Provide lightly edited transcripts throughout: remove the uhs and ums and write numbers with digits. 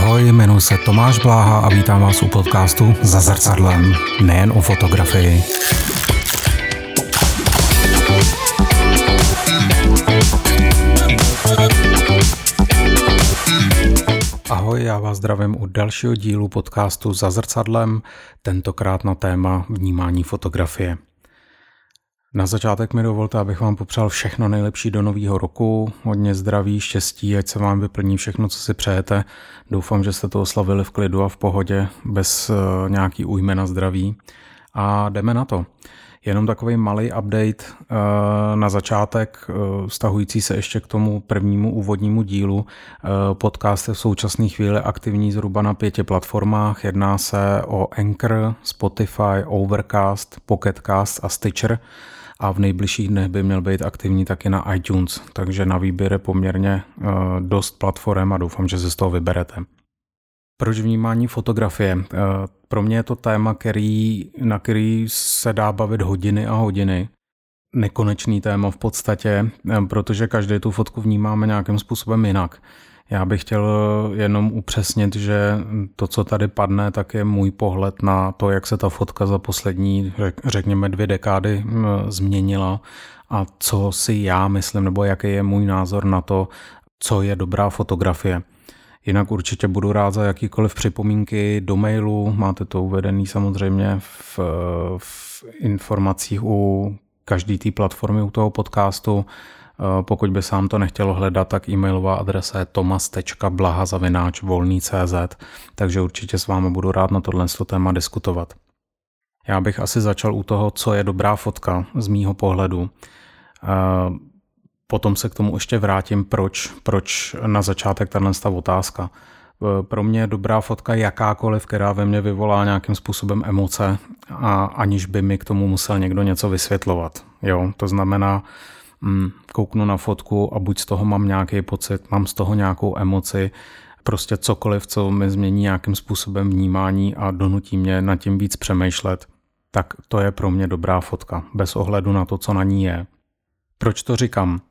Ahoj, jmenuji se Tomáš Bláha a vítám vás u podcastu Za zrcadlem, nejen o fotografii. Ahoj, já vás zdravím u dalšího dílu podcastu Za zrcadlem, tentokrát na téma vnímání fotografie. Na začátek mi dovolte, abych vám popřál všechno nejlepší do nového roku, hodně zdraví, štěstí, ať se vám vyplní všechno, co si přejete. Doufám, že jste to oslavili v klidu a v pohodě, bez nějaký újmy na zdraví. A jdeme na to. Jenom takový malý update na začátek, vztahující se ještě k tomu prvnímu úvodnímu dílu. Podcast je v současné chvíli aktivní zhruba na 5 platformách. Jedná se o Anchor, Spotify, Overcast, Pocketcast a Stitcher. A v nejbližších dnech by měl být aktivní taky na iTunes, takže na výběr je poměrně dost platform a doufám, že se z toho vyberete. Proč vnímání fotografie? Pro mě je to téma, na který se dá bavit hodiny a hodiny. Nekonečný téma v podstatě, protože každý tu fotku vnímáme nějakým způsobem jinak. Já bych chtěl jenom upřesnit, že to, co tady padne, tak je můj pohled na to, jak se ta fotka za poslední, řekněme, 2 dekády změnila a co si já myslím, nebo jaký je můj názor na to, co je dobrá fotografie. Jinak určitě budu rád za jakýkoliv připomínky do mailu, máte to uvedený samozřejmě v informacích u každé té platformy u toho podcastu. Pokud by se vám to nechtělo hledat, tak e-mailová adresa je tomas.blaha@volný.cz, takže určitě s vámi budu rád na tohle téma diskutovat. Já bych asi začal u toho, co je dobrá fotka z mýho pohledu. Potom se k tomu ještě vrátím, proč na začátek tato otázka. Pro mě je dobrá fotka jakákoliv, která ve mně vyvolá nějakým způsobem emoce, a aniž by mi k tomu musel někdo něco vysvětlovat. Jo? To znamená, kouknu na fotku a buď z toho mám nějaký pocit, mám z toho nějakou emoci, prostě cokoliv, co mi změní nějakým způsobem vnímání a donutí mě nad tím víc přemýšlet, tak to je pro mě dobrá fotka, bez ohledu na to, co na ní je. Proč to říkám?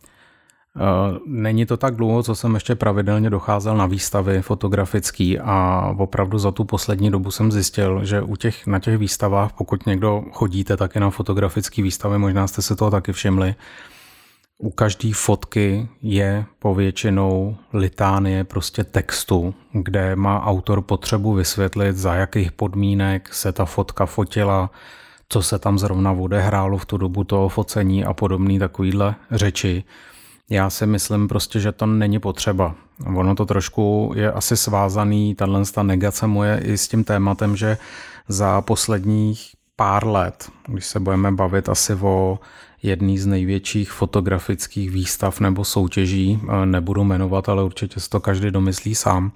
Není to tak dlouho, co jsem ještě pravidelně docházel na výstavy fotografický a opravdu za tu poslední dobu jsem zjistil, že na těch výstavách, pokud někdo chodíte taky na fotografické výstavy, možná jste si toho taky všimli, u každé fotky je povětšinou litánie prostě textu, kde má autor potřebu vysvětlit, za jakých podmínek se ta fotka fotila, co se tam zrovna odehrálo v tu dobu toho focení a podobné takovýhle řeči. Já si myslím prostě, že to není potřeba. Ono to trošku je asi svázaný, tato negace moje i s tím tématem, že za posledních pár let, když se budeme bavit asi o jedný z největších fotografických výstav nebo soutěží, nebudu jmenovat, ale určitě si to každý domyslí sám.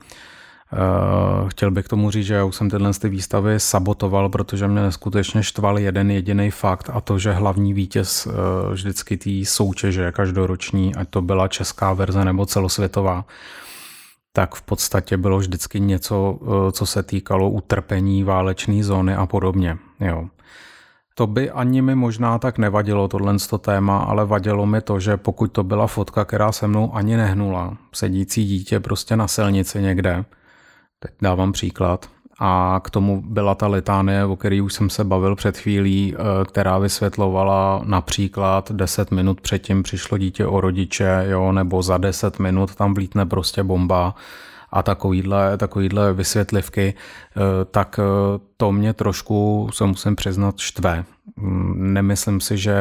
Chtěl bych k tomu říct, že já už jsem ty výstavy sabotoval, protože mě neskutečně štval jeden jediný fakt, a to, že hlavní vítěz vždycky té soutěže každoroční, ať to byla česká verze nebo celosvětová, tak v podstatě bylo vždycky něco, co se týkalo utrpení válečné zóny a podobně. Jo. To by ani mi možná tak nevadilo tohle téma, ale vadilo mi to, že pokud to byla fotka, která se mnou ani nehnula, sedící dítě prostě na silnici někde, teď dávám příklad, a k tomu byla ta litánie, o které už jsem se bavil před chvílí, která vysvětlovala například 10 minut předtím přišlo dítě o rodiče, jo, nebo za 10 minut tam vlítne prostě bomba a takovýhle vysvětlivky, tak to mě trošku, se musím přiznat, štve. Nemyslím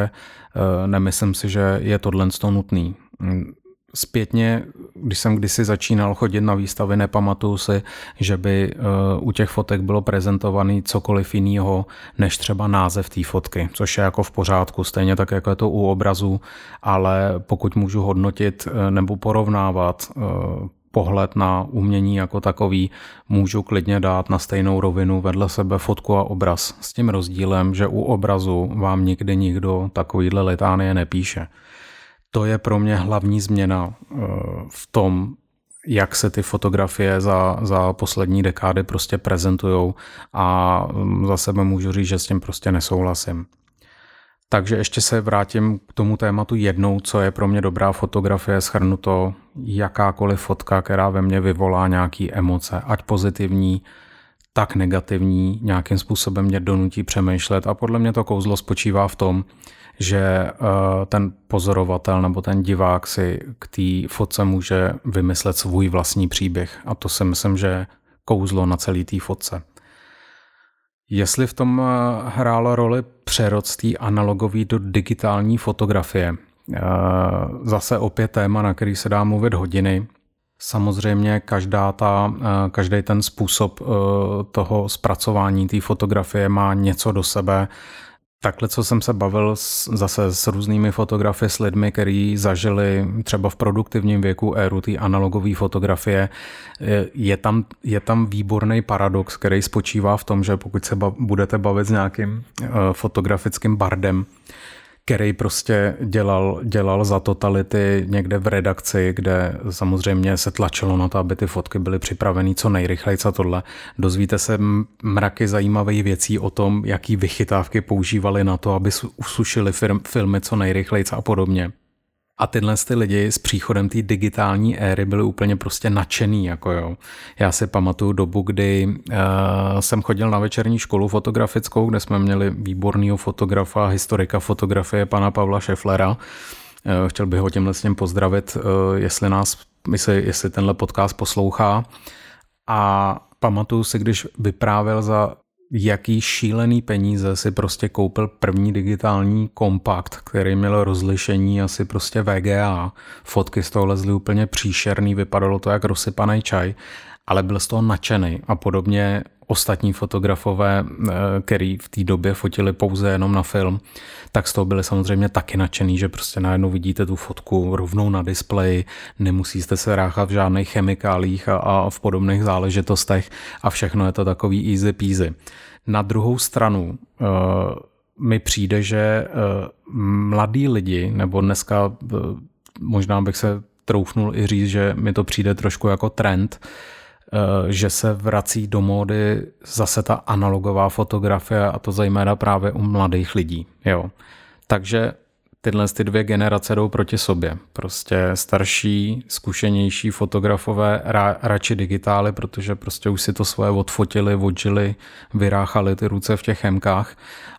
si, že je tohle nutný. Zpětně, když jsem kdysi začínal chodit na výstavy, nepamatuju si, že by u těch fotek bylo prezentovaný cokoliv jiného, než třeba název té fotky, což je jako v pořádku, stejně tak, jako je to u obrazu, ale pokud můžu hodnotit nebo porovnávat pohled na umění jako takový, můžu klidně dát na stejnou rovinu vedle sebe fotku a obraz. S tím rozdílem, že u obrazu vám nikdy nikdo takovýhle litánie nepíše. To je pro mě hlavní změna v tom, jak se ty fotografie za poslední dekády prostě prezentujou, a za sebe můžu říct, že s tím prostě nesouhlasím. Takže ještě se vrátím k tomu tématu jednou, co je pro mě dobrá fotografie, shrnuto jakákoliv fotka, která ve mně vyvolá nějaký emoce, ať pozitivní, tak negativní, nějakým způsobem mě donutí přemýšlet a podle mě to kouzlo spočívá v tom, že ten pozorovatel nebo ten divák si k té fotce může vymyslet svůj vlastní příběh a to si myslím, že je kouzlo na celý té fotce. Jestli v tom hrálo roli přerod z té analogové do digitální fotografie, zase opět téma, na který se dá mluvit hodiny. Samozřejmě každý ten způsob toho zpracování té fotografie má něco do sebe. Takhle, co jsem se bavil zase s různými fotografy, s lidmi, kteří zažili třeba v produktivním věku éru té analogové fotografie, je tam výborný paradox, který spočívá v tom, že pokud se budete bavit s nějakým fotografickým bardem, který prostě dělal za totality někde v redakci, kde samozřejmě se tlačilo na to, aby ty fotky byly připravený co nejrychleji a tohle. Dozvíte se mraky zajímavých věcí o tom, jaký vychytávky používali na to, aby usušili filmy co nejrychleji a podobně. A tyhle lidi s příchodem té digitální éry byli úplně prostě nadšený. Jako jo. Já si pamatuju dobu, kdy jsem chodil na večerní školu fotografickou, kde jsme měli výborného fotografa, historika fotografie pana Pavla Šeflera. Chtěl bych ho tímhle s ním pozdravit, jestli tenhle podcast poslouchá. A pamatuju si, když vyprávěl za jaký šílený peníze si prostě koupil první digitální kompakt, který měl rozlišení asi prostě VGA. Fotky z toho lezly úplně příšerný, vypadalo to jak rozsypaný čaj, ale byl z toho nadšený a podobně ostatní fotografové, který v té době fotili pouze jenom na film, tak z toho byli samozřejmě taky nadšený, že prostě najednou vidíte tu fotku rovnou na displeji, nemusíte se ráchat v žádných chemikálích a v podobných záležitostech a všechno je to takový easy peasy. Na druhou stranu mi přijde, že mladí lidi, nebo dneska možná bych se troufnul i říct, že mi to přijde trošku jako trend, že se vrací do módy zase ta analogová fotografie a to zejména právě u mladých lidí. Jo. Takže tyhle dvě generace jdou proti sobě. Prostě starší, zkušenější fotografové radši digitály, protože prostě už si to svoje odfotili, odžili, vyráchali ty ruce v těch chemkách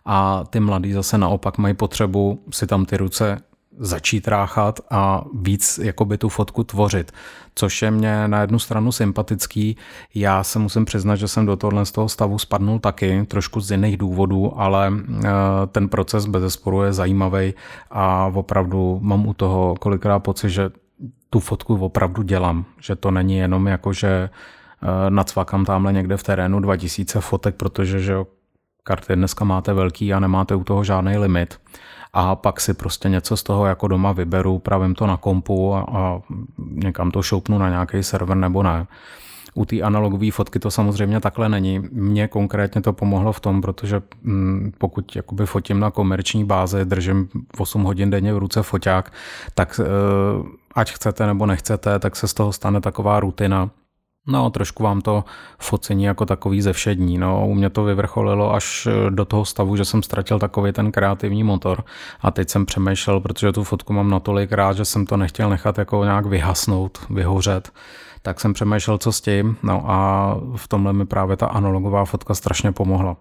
a ty mladí zase naopak mají potřebu si tam ty ruce začít ráchat a víc jakoby tu fotku tvořit, což je mě na jednu stranu sympatický. Já se musím přiznat, že jsem do tohohle z toho stavu spadnul taky, trošku z jiných důvodů, ale ten proces bezesporu je zajímavý a opravdu mám u toho kolikrát pocit, že tu fotku opravdu dělám, že to není jenom jako, že nacvakám tamhle někde v terénu 2000 fotek, protože že karty dneska máte velký a nemáte u toho žádný limit. A pak si prostě něco z toho jako doma vyberu, pravím to na kompu a někam to šoupnu na nějaký server nebo ne. U té analogové fotky to samozřejmě takhle není. Mně konkrétně to pomohlo v tom, protože pokud jakoby fotím na komerční bázi, držím 8 hodin denně v ruce foťák, tak ať chcete nebo nechcete, tak se z toho stane taková rutina. No, trošku vám to focení jako takový zevšední. No, u mě to vyvrcholilo až do toho stavu, že jsem ztratil takový ten kreativní motor a teď jsem přemýšlel, protože tu fotku mám natolik rád, že jsem to nechtěl nechat jako nějak vyhasnout, vyhořet, tak jsem přemýšlel, co s tím. No a v tomhle mi právě ta analogová fotka strašně pomohla.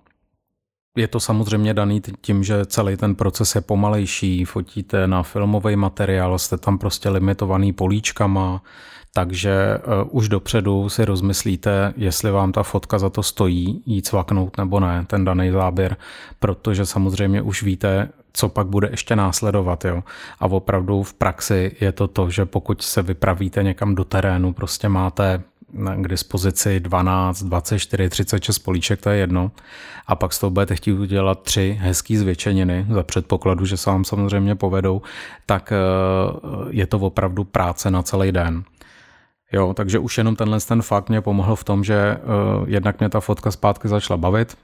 Je to samozřejmě daný tím, že celý ten proces je pomalejší, fotíte na filmový materiál, jste tam prostě limitovaný políčkama, takže už dopředu si rozmyslíte, jestli vám ta fotka za to stojí jít cvaknout nebo ne, ten daný záběr, protože samozřejmě už víte, co pak bude ještě následovat. Jo? A opravdu v praxi je to, že pokud se vypravíte někam do terénu, prostě máte k dispozici 12, 24, 36 políček, to je jedno. A pak z toho budete chtít udělat 3 hezký zvětšeniny, za předpokladu, že se vám samozřejmě povedou, tak je to opravdu práce na celý den. Jo, takže už jenom ten fakt mě pomohl v tom, že jednak mě ta fotka zpátky začala bavit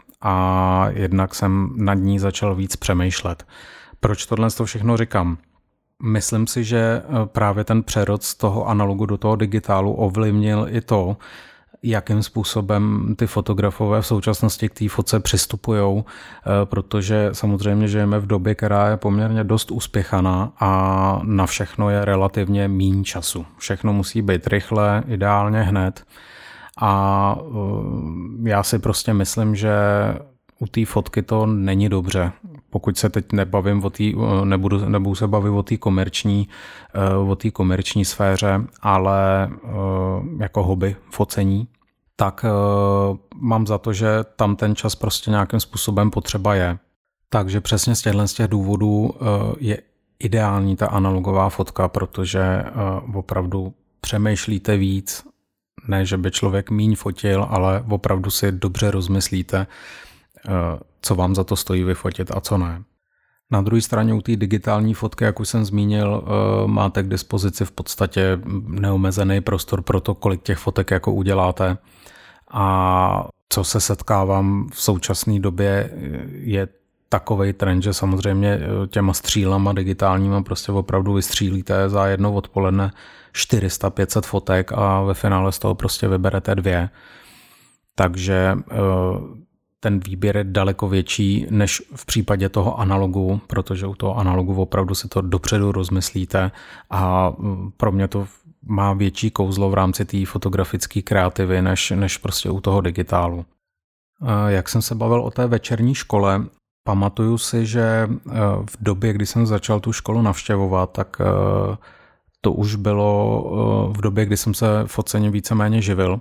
a jednak jsem nad ní začal víc přemýšlet. Proč tohle všechno říkám? Myslím si, že právě ten přerod z toho analogu do toho digitálu ovlivnil i to, jakým způsobem ty fotografové v současnosti k té fotce přistupujou, protože samozřejmě žijeme v době, která je poměrně dost uspěchaná a na všechno je relativně míň času. Všechno musí být rychle, ideálně hned a já si prostě myslím, že u té fotky to není dobře. Pokud se teď nebavím nebudu se bavit o té komerční sféře, ale jako hobby focení, tak mám za to, že tam ten čas prostě nějakým způsobem potřeba je. Takže přesně z těch důvodů je ideální ta analogová fotka, protože opravdu přemýšlíte víc, ne, že by člověk míň fotil, ale opravdu si dobře rozmyslíte, co vám za to stojí vyfotit a co ne. Na druhé straně u té digitální fotky, jak už jsem zmínil, máte k dispozici v podstatě neomezený prostor pro to, kolik těch fotek jako uděláte. A co se setkávám v současné době je takovej trend, že samozřejmě těma střílama digitálníma prostě opravdu vystřílíte za jedno odpoledne 400-500 fotek a ve finále z toho prostě vyberete 2. Takže ten výběr je daleko větší než v případě toho analogu, protože u toho analogu opravdu si to dopředu rozmyslíte a pro mě to má větší kouzlo v rámci té fotografické kreativy než prostě u toho digitálu. Jak jsem se bavil o té večerní škole, pamatuju si, že v době, kdy jsem začal tu školu navštěvovat, tak to už bylo v době, kdy jsem se focením víceméně živil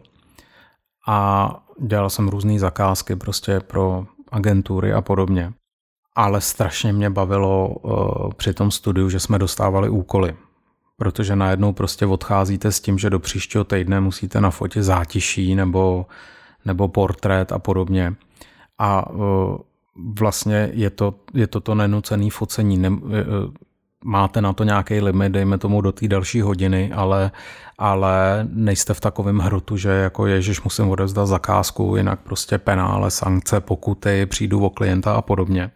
a dělal jsem různé zakázky prostě pro agentury a podobně. Ale strašně mě bavilo při tom studiu, že jsme dostávali úkoly. Protože najednou prostě odcházíte s tím, že do příštího týdne musíte nafotit zátiší nebo portrét a podobně. A vlastně je to nenucené focení. Máte na to nějaký limit, dejme tomu do té další hodiny, ale nejste v takovém hrotu, že jako ježiš, musím odevzdat zakázku, jinak prostě penále, sankce, pokuty, přijdu o klienta a podobně.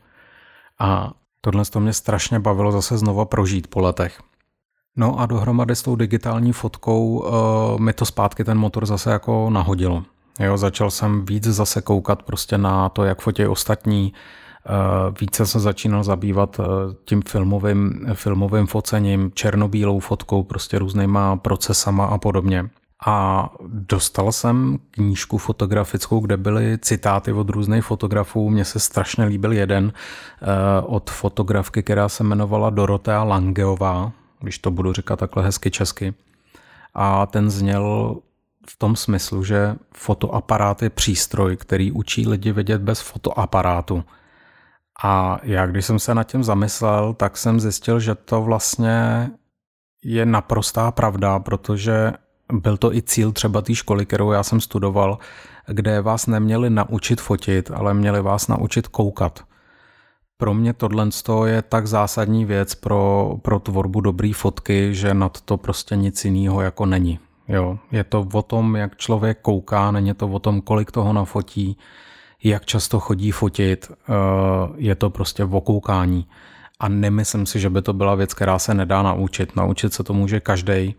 A tohle to mě strašně bavilo zase znova prožít po letech. No a dohromady s tou digitální fotkou mi to zpátky ten motor zase jako nahodilo. Jo, začal jsem víc zase koukat prostě na to, jak fotí ostatní. Více se začínal zabývat tím filmovým focením, černobílou fotkou, prostě různýma procesama a podobně. A dostal jsem knížku fotografickou, kde byly citáty od různých fotografů. Mně se strašně líbil jeden od fotografky, která se jmenovala Dorotea Langeová, když to budu říkat takhle hezky česky. A ten zněl v tom smyslu, že fotoaparát je přístroj, který učí lidi vidět bez fotoaparátu. A já, když jsem se nad tím zamyslel, tak jsem zjistil, že to vlastně je naprostá pravda, protože byl to i cíl třeba té školy, kterou já jsem studoval, kde vás neměli naučit fotit, ale měli vás naučit koukat. Pro mě tohle je tak zásadní věc pro tvorbu dobrý fotky, že nad to prostě nic jiného jako není. Jo, je to o tom, jak člověk kouká, není to o tom, kolik toho nafotí, jak často chodí fotit, je to prostě o koukání. A nemyslím si, že by to byla věc, která se nedá naučit. Naučit se to může každej.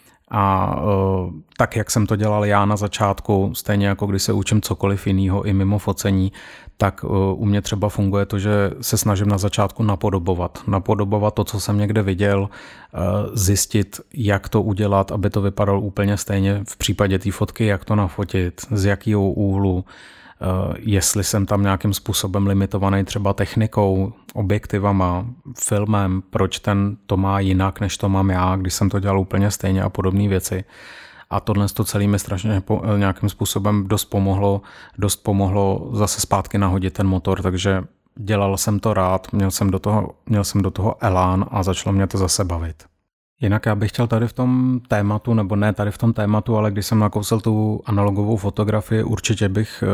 A tak, jak jsem to dělal já na začátku, stejně jako když se učím cokoliv jiného i mimo focení, tak u mě třeba funguje to, že se snažím na začátku napodobovat to, co jsem někde viděl, zjistit, jak to udělat, aby to vypadalo úplně stejně v případě té fotky, jak to nafotit, z jakého úhlu, jestli jsem tam nějakým způsobem limitovaný třeba technikou, objektivama, filmem, proč ten to má jinak, než to mám já, když jsem to dělal úplně stejně a podobné věci. A tohle to celé mi strašně nějakým způsobem dost pomohlo zase zpátky nahodit ten motor, takže dělal jsem to rád, měl jsem do toho elán a začalo mě to zase bavit. Jinak já bych chtěl tady v tom tématu, nebo ne tady v tom tématu, ale když jsem nakousil tu analogovou fotografii, určitě bych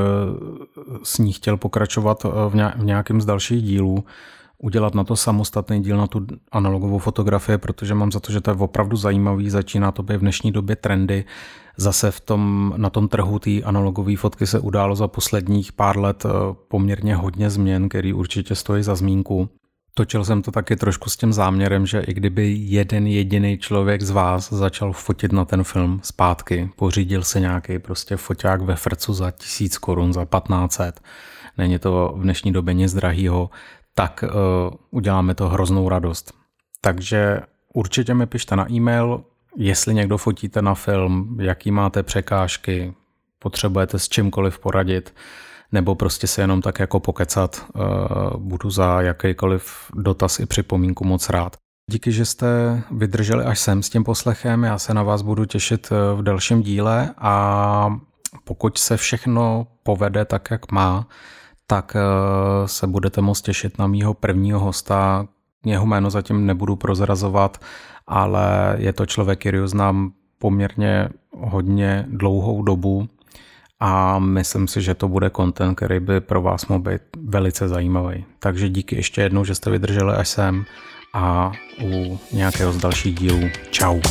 s ní chtěl pokračovat v nějakém z dalších dílů, udělat na to samostatný díl na tu analogovou fotografii, protože mám za to, že to je opravdu zajímavý, začíná to být v dnešní době trendy. Zase na tom trhu té analogové fotky se událo za posledních pár let poměrně hodně změn, který určitě stojí za zmínku. Točil jsem to taky trošku s tím záměrem, že i kdyby jeden jediný člověk z vás začal fotit na ten film zpátky, pořídil se nějaký prostě foťák ve frcu za 1000 korun, za 1500, není to v dnešní době nic drahýho, tak uděláme to hroznou radost. Takže určitě mi pište na e-mail, jestli někdo fotíte na film, jaký máte překážky, potřebujete s čímkoliv poradit, nebo prostě se jenom tak jako pokecat, budu za jakýkoliv dotaz i připomínku moc rád. Díky, že jste vydrželi až sem s tím poslechem, já se na vás budu těšit v dalším díle a pokud se všechno povede tak, jak má, tak se budete moct těšit na mýho prvního hosta. Jeho jméno zatím nebudu prozrazovat, ale je to člověk, který znám poměrně hodně dlouhou dobu a myslím si, že to bude content, který by pro vás mohl být velice zajímavý. Takže díky ještě jednou, že jste vydrželi až sem a u nějakého z dalších dílů. Čau.